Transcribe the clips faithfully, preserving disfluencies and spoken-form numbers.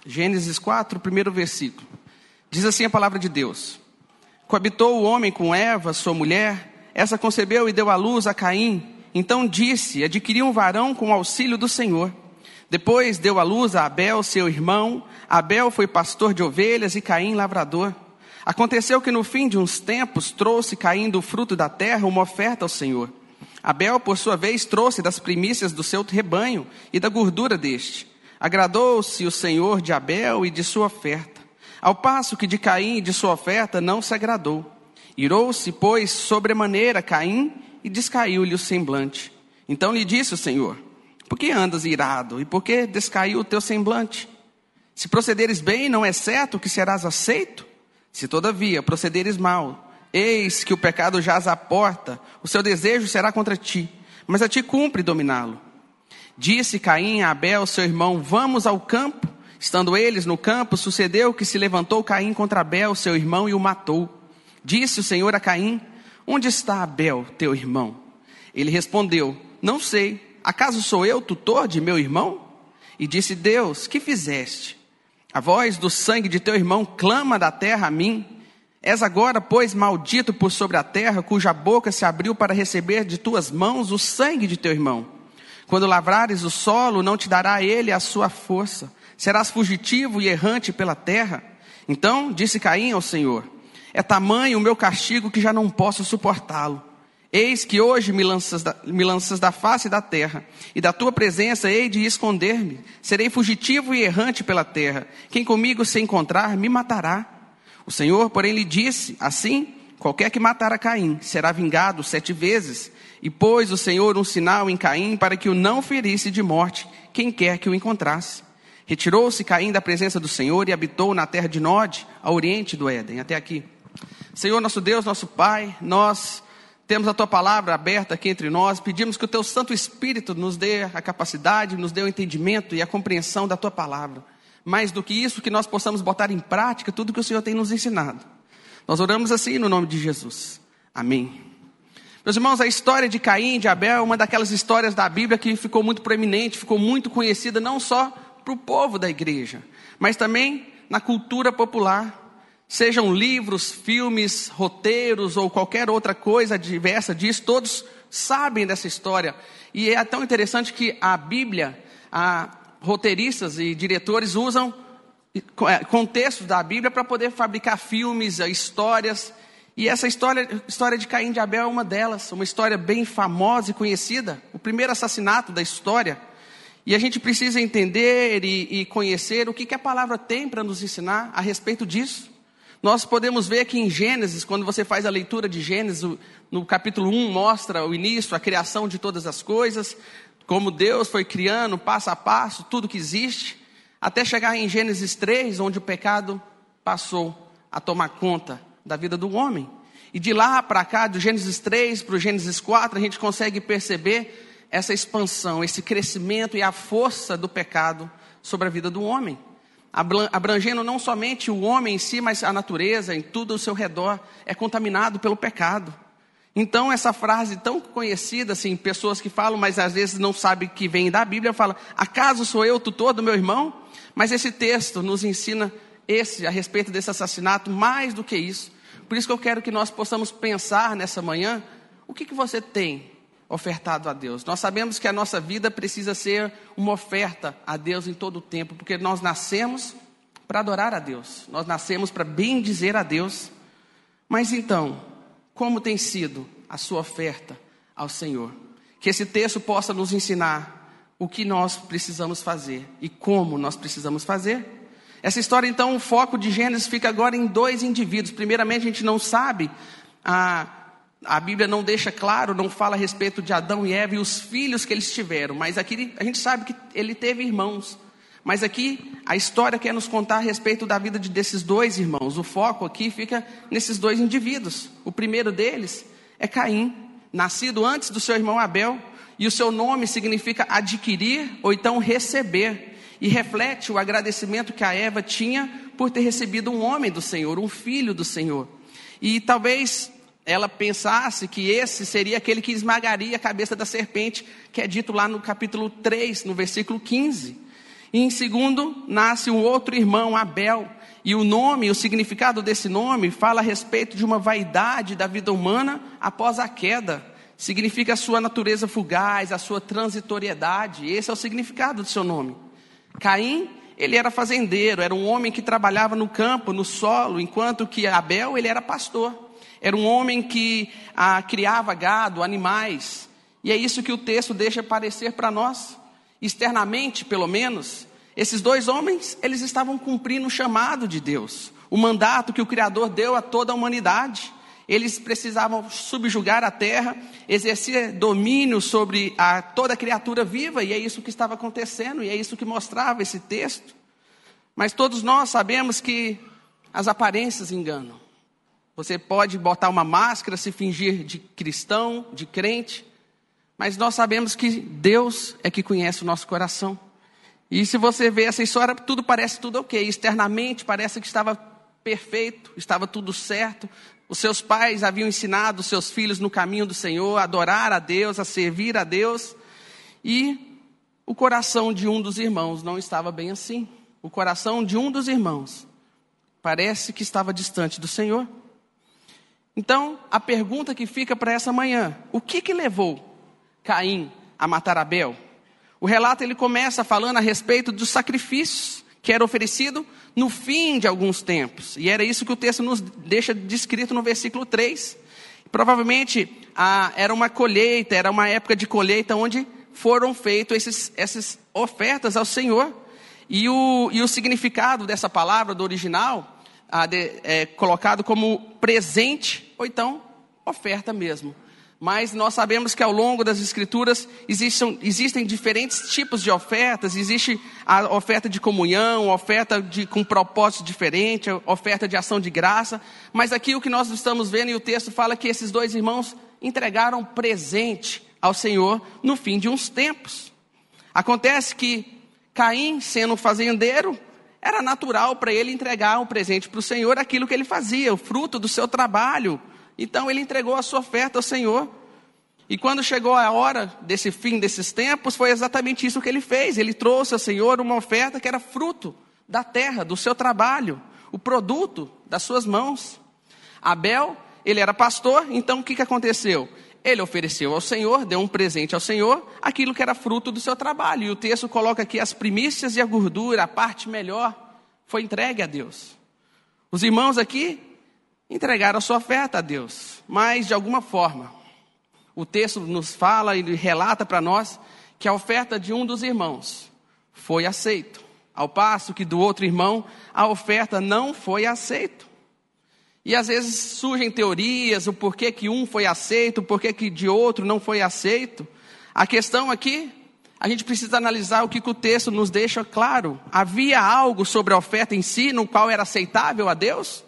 Gênesis quatro, primeiro versículo. Diz assim a palavra de Deus: Coabitou o homem com Eva, sua mulher, essa concebeu e deu à luz a Caim. Então disse: adquiri um varão com o auxílio do Senhor. Depois deu à luz a Abel, seu irmão. Abel foi pastor de ovelhas e Caim lavrador. Aconteceu que no fim de uns tempos trouxe Caim do fruto da terra uma oferta ao Senhor. Abel, por sua vez, trouxe das primícias do seu rebanho e da gordura deste. Agradou-se o Senhor de Abel e de sua oferta, ao passo que de Caim e de sua oferta não se agradou. Irou-se, pois, sobremaneira Caim e descaiu-lhe o semblante. Então lhe disse o Senhor: por que andas irado e por que descaiu o teu semblante? Se procederes bem, não é certo que serás aceito? Se todavia procederes mal, eis que o pecado jaz à porta, o seu desejo será contra ti, mas a ti cumpre dominá-lo. Disse Caim a Abel, seu irmão: vamos ao campo. Estando eles no campo, sucedeu que se levantou Caim contra Abel, seu irmão, e o matou. Disse o Senhor a Caim: onde está Abel, teu irmão? Ele respondeu: não sei, acaso sou eu tutor de meu irmão? E disse Deus: que fizeste? A voz do sangue de teu irmão clama da terra a mim. És agora, pois, maldito por sobre a terra, cuja boca se abriu para receber de tuas mãos o sangue de teu irmão. Quando lavrares o solo, não te dará ele a sua força. Serás fugitivo e errante pela terra. Então disse Caim ao Senhor: é tamanho o meu castigo que já não posso suportá-lo. Eis que hoje me lanças, da, me lanças da face da terra, e da tua presença hei de esconder-me. Serei fugitivo e errante pela terra. Quem comigo se encontrar, me matará. O Senhor, porém, lhe disse: assim, qualquer que matar a Caim será vingado sete vezes. E pôs o Senhor um sinal em Caim para que o não ferisse de morte quem quer que o encontrasse. Retirou-se Caim da presença do Senhor e habitou na terra de Nod, a oriente do Éden. Até aqui. Senhor, nosso Deus, nosso Pai, nós temos a Tua palavra aberta aqui entre nós. Pedimos que o Teu Santo Espírito nos dê a capacidade, nos dê o entendimento e a compreensão da Tua palavra. Mais do que isso, que nós possamos botar em prática tudo que o Senhor tem nos ensinado. Nós oramos assim no nome de Jesus. Amém. Meus irmãos, a história de Caim e de Abel é uma daquelas histórias da Bíblia que ficou muito proeminente, ficou muito conhecida não só para o povo da igreja, mas também na cultura popular. Sejam livros, filmes, roteiros ou qualquer outra coisa diversa disso, todos sabem dessa história. E é tão interessante que a Bíblia, a, roteiristas e diretores usam contextos da Bíblia para poder fabricar filmes, histórias. E essa história, história de Caim e de Abel é uma delas, uma história bem famosa e conhecida, o primeiro assassinato da história. E a gente precisa entender e, e conhecer o que, que a palavra tem para nos ensinar a respeito disso. Nós podemos ver que em Gênesis, quando você faz a leitura de Gênesis, no capítulo um mostra o início, a criação de todas as coisas, como Deus foi criando passo a passo tudo que existe, até chegar em Gênesis três, onde o pecado passou a tomar conta da vida do homem. E de lá para cá, do Gênesis três para o Gênesis quatro, a gente consegue perceber essa expansão, esse crescimento e a força do pecado sobre a vida do homem. Abrangendo não somente o homem em si, mas a natureza, em tudo ao seu redor, é contaminado pelo pecado. Então essa frase tão conhecida, assim, pessoas que falam, mas às vezes não sabem que vem da Bíblia, falam: acaso sou eu o tutor do meu irmão? Mas esse texto nos ensina esse, a respeito desse assassinato, mais do que isso. Por isso que eu quero que nós possamos pensar nessa manhã, o que, que você tem ofertado a Deus? Nós sabemos que a nossa vida precisa ser uma oferta a Deus em todo o tempo, porque nós nascemos para adorar a Deus, nós nascemos para bendizer a Deus. Mas então, como tem sido a sua oferta ao Senhor? Que esse texto possa nos ensinar o que nós precisamos fazer e como nós precisamos fazer. Essa história, então, o foco de Gênesis fica agora em dois indivíduos. Primeiramente, a gente não sabe, a, a Bíblia não deixa claro, não fala a respeito de Adão e Eva e os filhos que eles tiveram. Mas aqui a gente sabe que ele teve irmãos. Mas aqui a história quer nos contar a respeito da vida de, desses dois irmãos. O foco aqui fica nesses dois indivíduos. O primeiro deles é Caim, nascido antes do seu irmão Abel. E o seu nome significa adquirir ou então receber. E reflete o agradecimento que a Eva tinha por ter recebido um homem do Senhor, um filho do Senhor. E talvez ela pensasse que esse seria aquele que esmagaria a cabeça da serpente, que é dito lá no capítulo três, no versículo quinze. E em segundo, nasce um outro irmão, Abel. E o nome, o significado desse nome, fala a respeito de uma vaidade da vida humana após a queda. Significa a sua natureza fugaz, a sua transitoriedade. Esse é o significado do seu nome. Caim, ele era fazendeiro, era um homem que trabalhava no campo, no solo, enquanto que Abel, ele era pastor. Era um homem que ah, criava gado, animais. E é isso que o texto deixa parecer para nós. Externamente, pelo menos, esses dois homens, eles estavam cumprindo o chamado de Deus. O mandato que o Criador deu a toda a humanidade. Eles precisavam subjugar a terra, exercer domínio sobre a, toda a criatura viva. E é isso que estava acontecendo, e é isso que mostrava esse texto. Mas todos nós sabemos que as aparências enganam. Você pode botar uma máscara, se fingir de cristão, de crente, mas nós sabemos que Deus é que conhece o nosso coração. E se você vê essa história, tudo parece tudo ok. Externamente parece que estava perfeito, estava tudo certo. Os seus pais haviam ensinado os seus filhos no caminho do Senhor, a adorar a Deus, a servir a Deus. E o coração de um dos irmãos não estava bem assim. O coração de um dos irmãos parece que estava distante do Senhor. Então, a pergunta que fica para essa manhã: o que que levou Caim a matar Abel? O relato ele começa falando a respeito dos sacrifícios que era oferecido no fim de alguns tempos. E era isso que o texto nos deixa descrito no versículo três. Provavelmente ah, era uma colheita, era uma época de colheita onde foram feitas esses, essas ofertas ao Senhor. E o, e o significado dessa palavra do original ah, de, é colocado como presente ou então oferta mesmo. Mas nós sabemos que ao longo das Escrituras existem, existem diferentes tipos de ofertas. Existe a oferta de comunhão, oferta de, com propósito diferente, oferta de ação de graça. Mas aqui o que nós estamos vendo, e o texto fala que esses dois irmãos entregaram presente ao Senhor no fim de uns tempos. Acontece que Caim, sendo fazendeiro, era natural para ele entregar um presente para o Senhor, aquilo que ele fazia, o fruto do seu trabalho. Então ele entregou a sua oferta ao Senhor. E quando chegou a hora desse fim desses tempos, foi exatamente isso que ele fez. Ele trouxe ao Senhor uma oferta que era fruto da terra, do seu trabalho, o produto das suas mãos. Abel, ele era pastor, então o que, que aconteceu? Ele ofereceu ao Senhor, deu um presente ao Senhor, aquilo que era fruto do seu trabalho. E o texto coloca aqui as primícias e a gordura, a parte melhor, foi entregue a Deus. Os irmãos aqui entregaram a sua oferta a Deus, mas de alguma forma, o texto nos fala e relata para nós que a oferta de um dos irmãos foi aceita, ao passo que do outro irmão a oferta não foi aceita. E às vezes surgem teorias, o porquê que um foi aceito, o porquê que de outro não foi aceito. A questão aqui, a gente precisa analisar o que, que o texto nos deixa claro. Havia algo sobre a oferta em si, no qual era aceitável a Deus?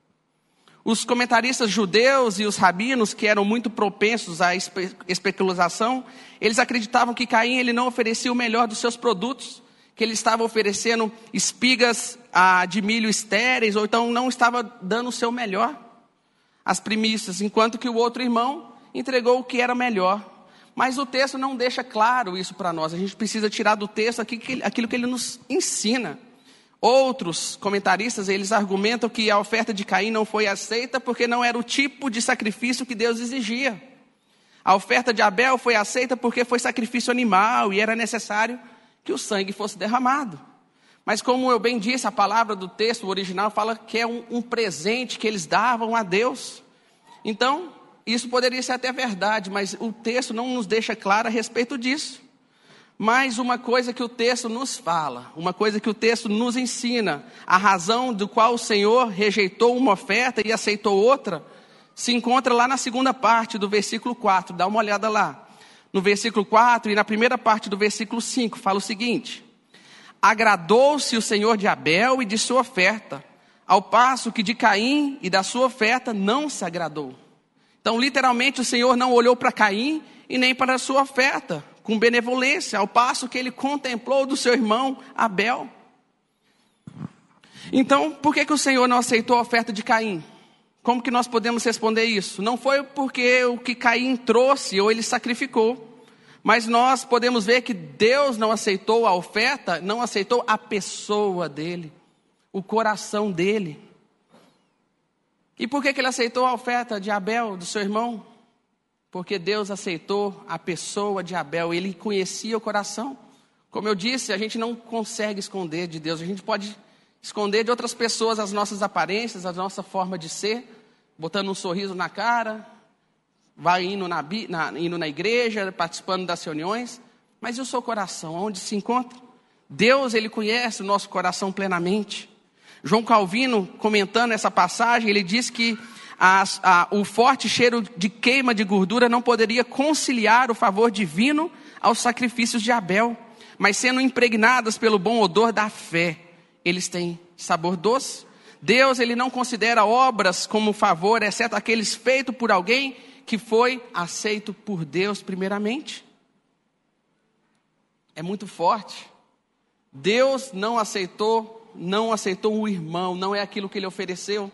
Os comentaristas judeus e os rabinos, que eram muito propensos à espe- especulação, eles acreditavam que Caim ele não oferecia o melhor dos seus produtos, que ele estava oferecendo espigas ah, de milho estéreis, ou então não estava dando o seu melhor, as primícias, enquanto que o outro irmão entregou o que era melhor. Mas o texto não deixa claro isso para nós. A gente precisa tirar do texto aquilo que ele nos ensina. Outros comentaristas, eles argumentam que a oferta de Caim não foi aceita porque não era o tipo de sacrifício que Deus exigia. A oferta de Abel foi aceita porque foi sacrifício animal e era necessário que o sangue fosse derramado. Mas como eu bem disse, a palavra do texto original fala que é um, um presente que eles davam a Deus. Então, isso poderia ser até verdade, mas o texto não nos deixa claro a respeito disso. Mas uma coisa que o texto nos fala, uma coisa que o texto nos ensina, a razão do qual o Senhor rejeitou uma oferta e aceitou outra, se encontra lá na segunda parte do versículo quatro, dá uma olhada lá. No versículo quatro e na primeira parte do versículo cinco, fala o seguinte: agradou-se o Senhor de Abel e de sua oferta, ao passo que de Caim e da sua oferta não se agradou. Então, literalmente, o Senhor não olhou para Caim e nem para a sua oferta com benevolência, ao passo que ele contemplou do seu irmão Abel. Então, por que, que o Senhor não aceitou a oferta de Caim? Como que nós podemos responder isso? Não foi porque o que Caim trouxe ou ele sacrificou, Mas nós podemos ver que Deus não aceitou a oferta, não aceitou a pessoa dele, o coração dele. E por que que ele aceitou a oferta de Abel, do seu irmão? Porque Deus aceitou a pessoa de Abel, ele conhecia o coração. Como eu disse, a gente não consegue esconder de Deus, a gente pode esconder de outras pessoas as nossas aparências, a nossa forma de ser, botando um sorriso na cara, vai indo na, na, indo na igreja, participando das reuniões, mas e o seu coração, onde se encontra? Deus, ele conhece o nosso coração plenamente. João Calvino, comentando essa passagem, ele diz que as, a, o forte cheiro de queima de gordura não poderia conciliar o favor divino aos sacrifícios de Abel, mas sendo impregnadas pelo bom odor da fé, eles têm sabor doce. Deus, ele não considera obras como favor, exceto aqueles feitos por alguém que foi aceito por Deus primeiramente. É muito forte. Deus não aceitou, não aceitou o irmão, não é aquilo que ele ofereceu.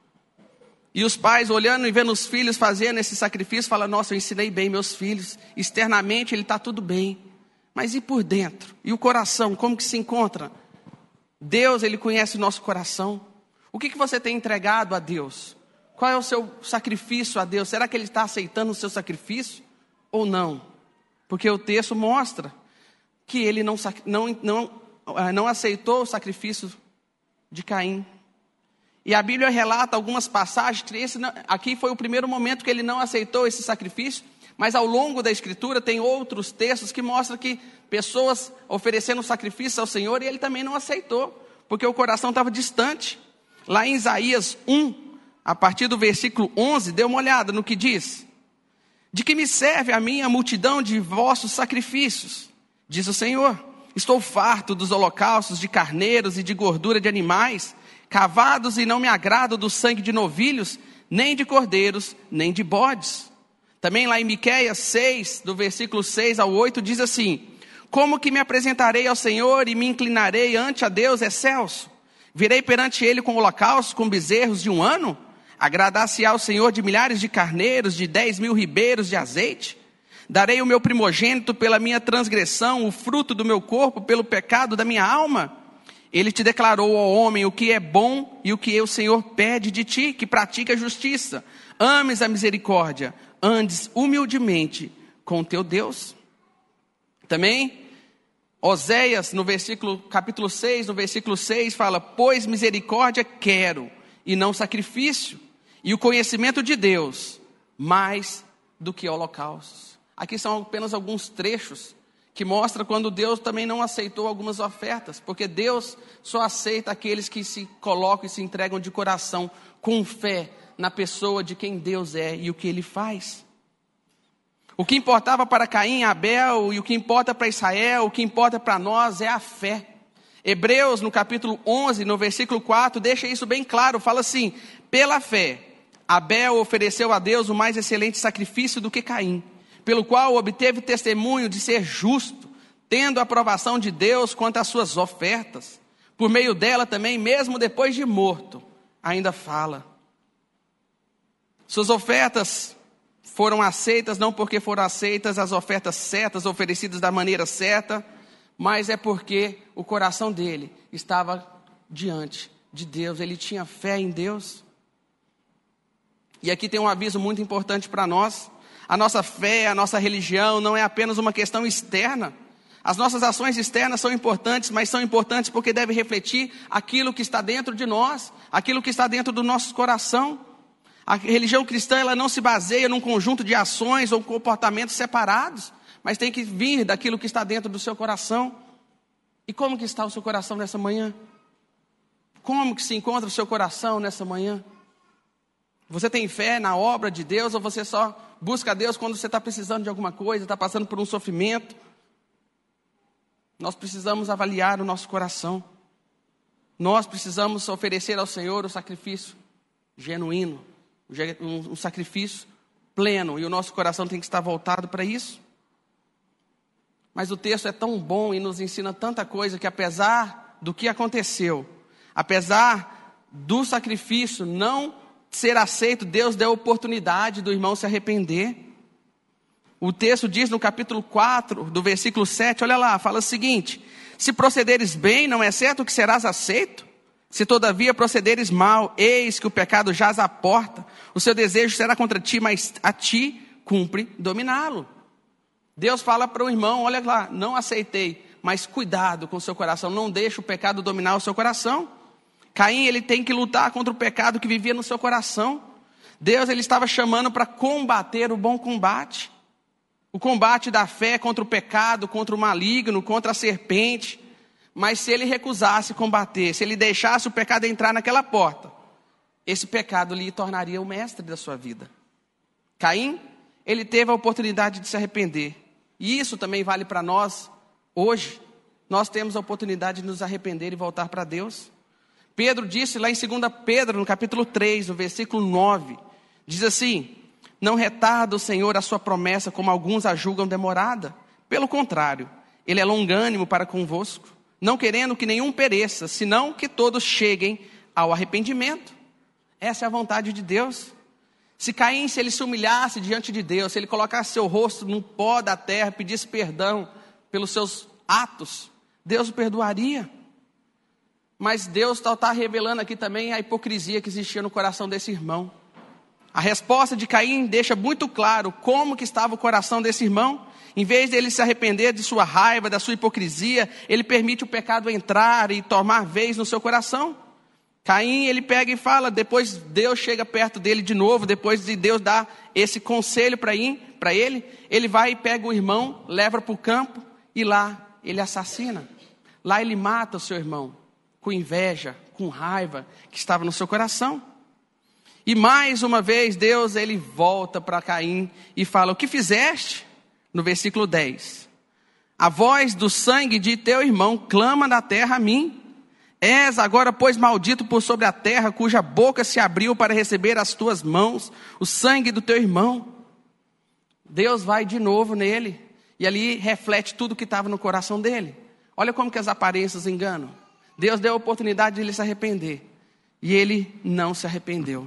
E os pais olhando e vendo os filhos fazendo esse sacrifício, falam, nossa, eu ensinei bem meus filhos, externamente ele está tudo bem, mas e por dentro? E o coração, como que se encontra? Deus, ele conhece o nosso coração. O que que você tem entregado a Deus? Qual é o seu sacrifício a Deus? Será que ele está aceitando o seu sacrifício ou não? Porque o texto mostra que ele não, não, não, não aceitou o sacrifício de Caim. E a Bíblia relata algumas passagens, esse não, aqui foi o primeiro momento que ele não aceitou esse sacrifício, mas ao longo da Escritura tem outros textos que mostram que pessoas oferecendo sacrifício ao Senhor e ele também não aceitou, porque o coração estava distante. Lá em Isaías um, a partir do versículo onze, dê uma olhada no que diz. De que me serve a minha multidão de vossos sacrifícios? Diz o Senhor, estou farto dos holocaustos de carneiros e de gordura de animais, cavados e não me agrado do sangue de novilhos, nem de cordeiros, nem de bodes. Também lá em Miqueias seis, do versículo seis ao oito, diz assim, como que me apresentarei ao Senhor e me inclinarei ante a Deus excelso? Virei perante ele com holocaustos, com bezerros de um ano? Agradar-se ao Senhor de milhares de carneiros, de dez mil ribeiros de azeite? Darei o meu primogênito pela minha transgressão, o fruto do meu corpo pelo pecado da minha alma? Ele te declarou, ó homem, o que é bom e o que o Senhor pede de ti, que pratique a justiça, ames a misericórdia, andes humildemente com teu Deus. Também, Oséias, no versículo, capítulo seis, no versículo seis, fala, pois misericórdia quero, e não sacrifício, e o conhecimento de Deus, mais do que holocaustos. Aqui são apenas alguns trechos que mostram quando Deus também não aceitou algumas ofertas, porque Deus só aceita aqueles que se colocam e se entregam de coração, com fé na pessoa de quem Deus é e o que ele faz. O que importava para Caim e Abel, e o que importa para Israel, o que importa para nós é a fé. Hebreus, no capítulo onze, no versículo quatro, deixa isso bem claro, fala assim, pela fé, Abel ofereceu a Deus o mais excelente sacrifício do que Caim, pelo qual obteve testemunho de ser justo, tendo a aprovação de Deus quanto às suas ofertas. Por meio dela também, mesmo depois de morto, ainda fala. Suas ofertas foram aceitas, não porque foram aceitas as ofertas certas, oferecidas da maneira certa, mas é porque o coração dele estava diante de Deus, ele tinha fé em Deus. E aqui tem um aviso muito importante para nós. A nossa fé, a nossa religião não é apenas uma questão externa. As nossas ações externas são importantes, mas são importantes porque devem refletir aquilo que está dentro de nós, aquilo que está dentro do nosso coração. A religião cristã, ela não se baseia num conjunto de ações ou comportamentos separados, mas tem que vir daquilo que está dentro do seu coração. E como que está o seu coração nessa manhã? Como que se encontra o seu coração nessa manhã? Você tem fé na obra de Deus ou você só busca a Deus quando você está precisando de alguma coisa, está passando por um sofrimento? Nós precisamos avaliar o nosso coração. Nós precisamos oferecer ao Senhor o sacrifício genuíno, um sacrifício pleno, e o nosso coração tem que estar voltado para isso. Mas o texto é tão bom e nos ensina tanta coisa que apesar do que aconteceu, apesar do sacrifício não ser aceito, Deus deu a oportunidade do irmão se arrepender. O texto diz no capítulo quatro, do versículo sete, olha lá, fala o seguinte: se procederes bem, não é certo que serás aceito? Se todavia procederes mal, eis que o pecado jaz à porta, o seu desejo será contra ti, mas a ti cumpre dominá-lo. Deus fala para o irmão, olha lá, não aceitei, mas cuidado com o seu coração, não deixe o pecado dominar o seu coração. Caim, ele tem que lutar contra o pecado que vivia no seu coração. Deus, ele estava chamando para combater o bom combate. O combate da fé contra o pecado, contra o maligno, contra a serpente. Mas se ele recusasse combater, se ele deixasse o pecado entrar naquela porta, esse pecado lhe tornaria o mestre da sua vida. Caim, ele teve a oportunidade de se arrepender. E isso também vale para nós hoje. Nós temos a oportunidade de nos arrepender e voltar para Deus. Pedro disse lá em segunda Pedro, no capítulo três, no versículo nove, diz assim: não retarda o Senhor a sua promessa, como alguns a julgam demorada. Pelo contrário, ele é longânimo para convosco, não querendo que nenhum pereça, senão que todos cheguem ao arrependimento. Essa é a vontade de Deus. Se Caim, se ele se humilhasse diante de Deus, se ele colocasse seu rosto no pó da terra, pedisse perdão pelos seus atos, Deus o perdoaria. Mas Deus está revelando aqui também a hipocrisia que existia no coração desse irmão. A resposta de Caim deixa muito claro como que estava o coração desse irmão. Em vez dele se arrepender de sua raiva, da sua hipocrisia, ele permite o pecado entrar e tomar vez no seu coração. Caim, ele pega e fala, depois Deus chega perto dele de novo, depois de Deus dar esse conselho para ele, ele vai e pega o irmão, leva para o campo e lá ele assassina. Lá ele mata o seu irmão, com inveja, com raiva que estava no seu coração. E mais uma vez Deus, ele volta para Caim e fala: o que fizeste? No versículo dez. A voz do sangue de teu irmão clama da terra a mim. És agora, pois, maldito por sobre a terra, cuja boca se abriu para receber as tuas mãos o sangue do teu irmão. Deus vai de novo nele, e ali reflete tudo que estava no coração dele. Olha como que as aparências enganam. Deus deu a oportunidade de ele se arrepender, e ele não se arrependeu.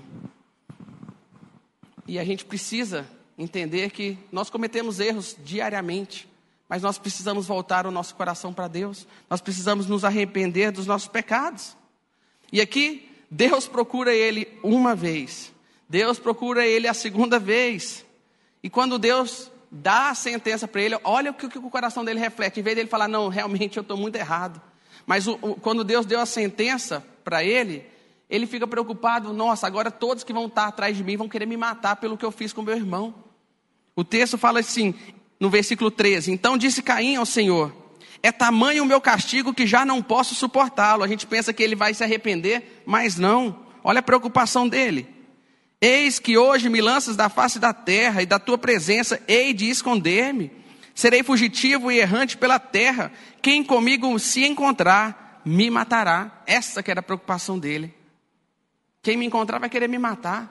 E a gente precisa entender que nós cometemos erros diariamente, mas nós precisamos voltar o nosso coração para Deus. Nós precisamos nos arrepender dos nossos pecados. E aqui, Deus procura ele uma vez. Deus procura ele a segunda vez. E quando Deus dá a sentença para ele, olha o que, o que o coração dele reflete. Em vez dele falar, não, realmente eu estou muito errado. Mas o, o, quando Deus deu a sentença para ele, ele fica preocupado. Nossa, agora todos que vão estar atrás de mim vão querer me matar pelo que eu fiz com meu irmão. O texto fala assim, no versículo treze, então disse Caim ao Senhor: é tamanho o meu castigo que já não posso suportá-lo. A gente pensa que ele vai se arrepender, mas não. Olha a preocupação dele. Eis que hoje me lanças da face da terra, e da tua presença hei de esconder-me. Serei fugitivo e errante pela terra. Quem comigo se encontrar, me matará. Essa que era a preocupação dele. Quem me encontrar vai querer me matar.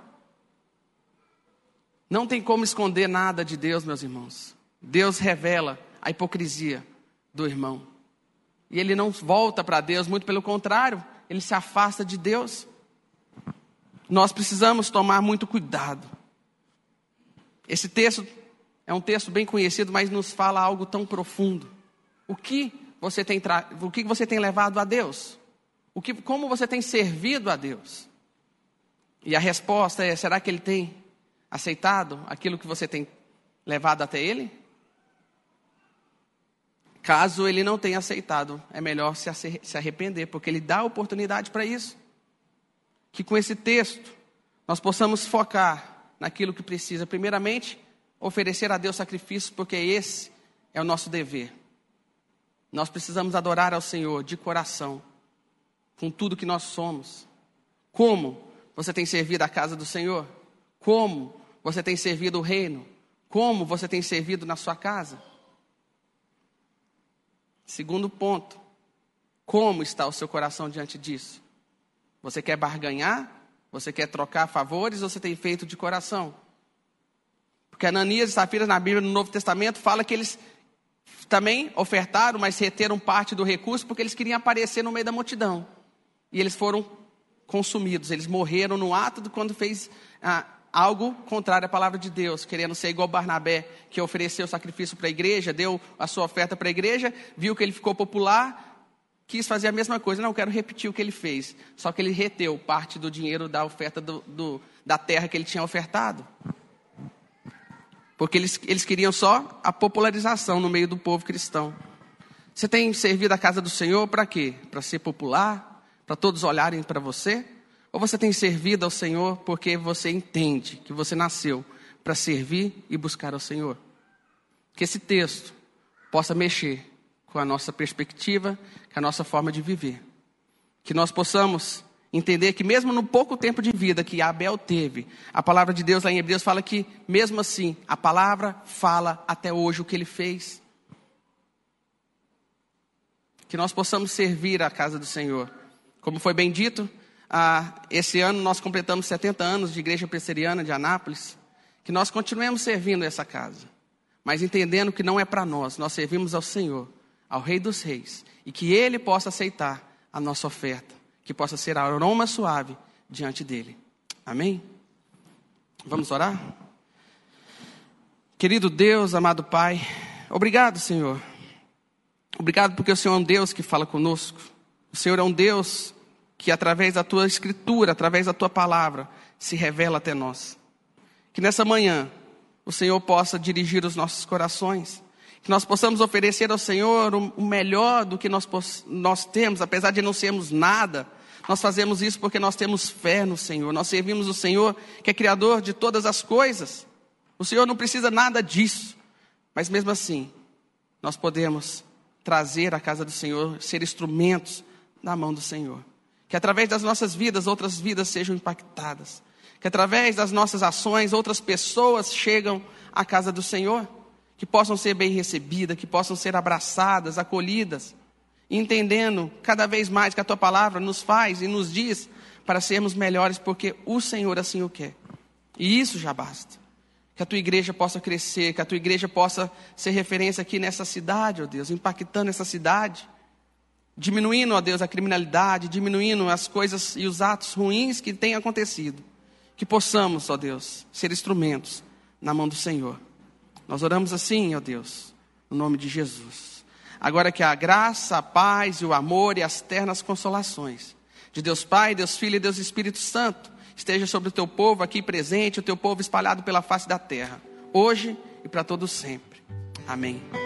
Não tem como esconder nada de Deus, meus irmãos. Deus revela a hipocrisia do irmão. E ele não volta para Deus, muito pelo contrário, ele se afasta de Deus. Nós precisamos tomar muito cuidado. Esse texto é um texto bem conhecido, mas nos fala algo tão profundo. O que você tem, tra... o que você tem levado a Deus? O que... Como você tem servido a Deus? E a resposta é, será que Ele tem aceitado aquilo que você tem levado até Ele? Caso Ele não tenha aceitado, é melhor se arrepender, porque Ele dá oportunidade para isso. Que com esse texto, nós possamos focar naquilo que precisa. Primeiramente, oferecer a Deus sacrifícios, porque esse é o nosso dever. Nós precisamos adorar ao Senhor de coração, com tudo que nós somos. Como você tem servido a casa do Senhor? Como você tem servido o reino? Como você tem servido na sua casa? Segundo ponto, como está o seu coração diante disso? Você quer barganhar? Você quer trocar favores ou você tem feito de coração? Porque Ananias e Safira na Bíblia, no Novo Testamento, fala que eles também ofertaram, mas reteram parte do recurso porque eles queriam aparecer no meio da multidão. E eles foram consumidos, eles morreram no ato de quando fez a, algo contrário à palavra de Deus, querendo ser igual Barnabé, que ofereceu sacrifício para a igreja, deu a sua oferta para a igreja, viu que ele ficou popular, quis fazer a mesma coisa. Não, quero repetir o que ele fez. Só que ele reteu parte do dinheiro da oferta do, do, da terra que ele tinha ofertado. Porque eles, eles queriam só a popularização no meio do povo cristão. Você tem servido a casa do Senhor para quê? Para ser popular? Para todos olharem para você? Ou você tem servido ao Senhor porque você entende que você nasceu para servir e buscar ao Senhor? Que esse texto possa mexer com a nossa perspectiva, com a nossa forma de viver. Que nós possamos entender que mesmo no pouco tempo de vida que Abel teve, a palavra de Deus lá em Hebreus fala que mesmo assim, a palavra fala até hoje o que ele fez. Que nós possamos servir a casa do Senhor. Como foi bem dito, ah, esse ano nós completamos setenta anos de Igreja Presbiteriana de Anápolis. Que nós continuemos servindo essa casa, mas entendendo que não é para nós, nós servimos ao Senhor, ao Rei dos Reis, e que Ele possa aceitar a nossa oferta, que possa ser aroma suave diante dEle. Amém? Vamos orar? Querido Deus, amado Pai, obrigado, Senhor. Obrigado porque o Senhor é um Deus que fala conosco. O Senhor é um Deus que através da Tua Escritura, através da Tua Palavra, se revela até nós. Que nessa manhã o Senhor possa dirigir os nossos corações. Que nós possamos oferecer ao Senhor o melhor do que nós, nós temos, apesar de não sermos nada. Nós fazemos isso porque nós temos fé no Senhor. Nós servimos o Senhor, que é Criador de todas as coisas. O Senhor não precisa nada disso. Mas mesmo assim, nós podemos trazer a casa do Senhor, ser instrumentos na mão do Senhor. Que através das nossas vidas, outras vidas sejam impactadas. Que através das nossas ações, outras pessoas chegam à casa do Senhor. Que possam ser bem recebidas, que possam ser abraçadas, acolhidas. Entendendo cada vez mais que a Tua palavra nos faz e nos diz para sermos melhores, porque o Senhor assim o quer. E isso já basta. Que a Tua igreja possa crescer, que a Tua igreja possa ser referência aqui nessa cidade, ó Deus, impactando essa cidade. Diminuindo, ó Deus, a criminalidade, diminuindo as coisas e os atos ruins que têm acontecido. Que possamos, ó Deus, ser instrumentos na mão do Senhor. Nós oramos assim, ó Deus, no nome de Jesus. Agora que a graça, a paz e o amor e as ternas consolações de Deus Pai, Deus Filho e Deus Espírito Santo esteja sobre o Teu povo aqui presente, o Teu povo espalhado pela face da terra, hoje e para todo sempre. Amém.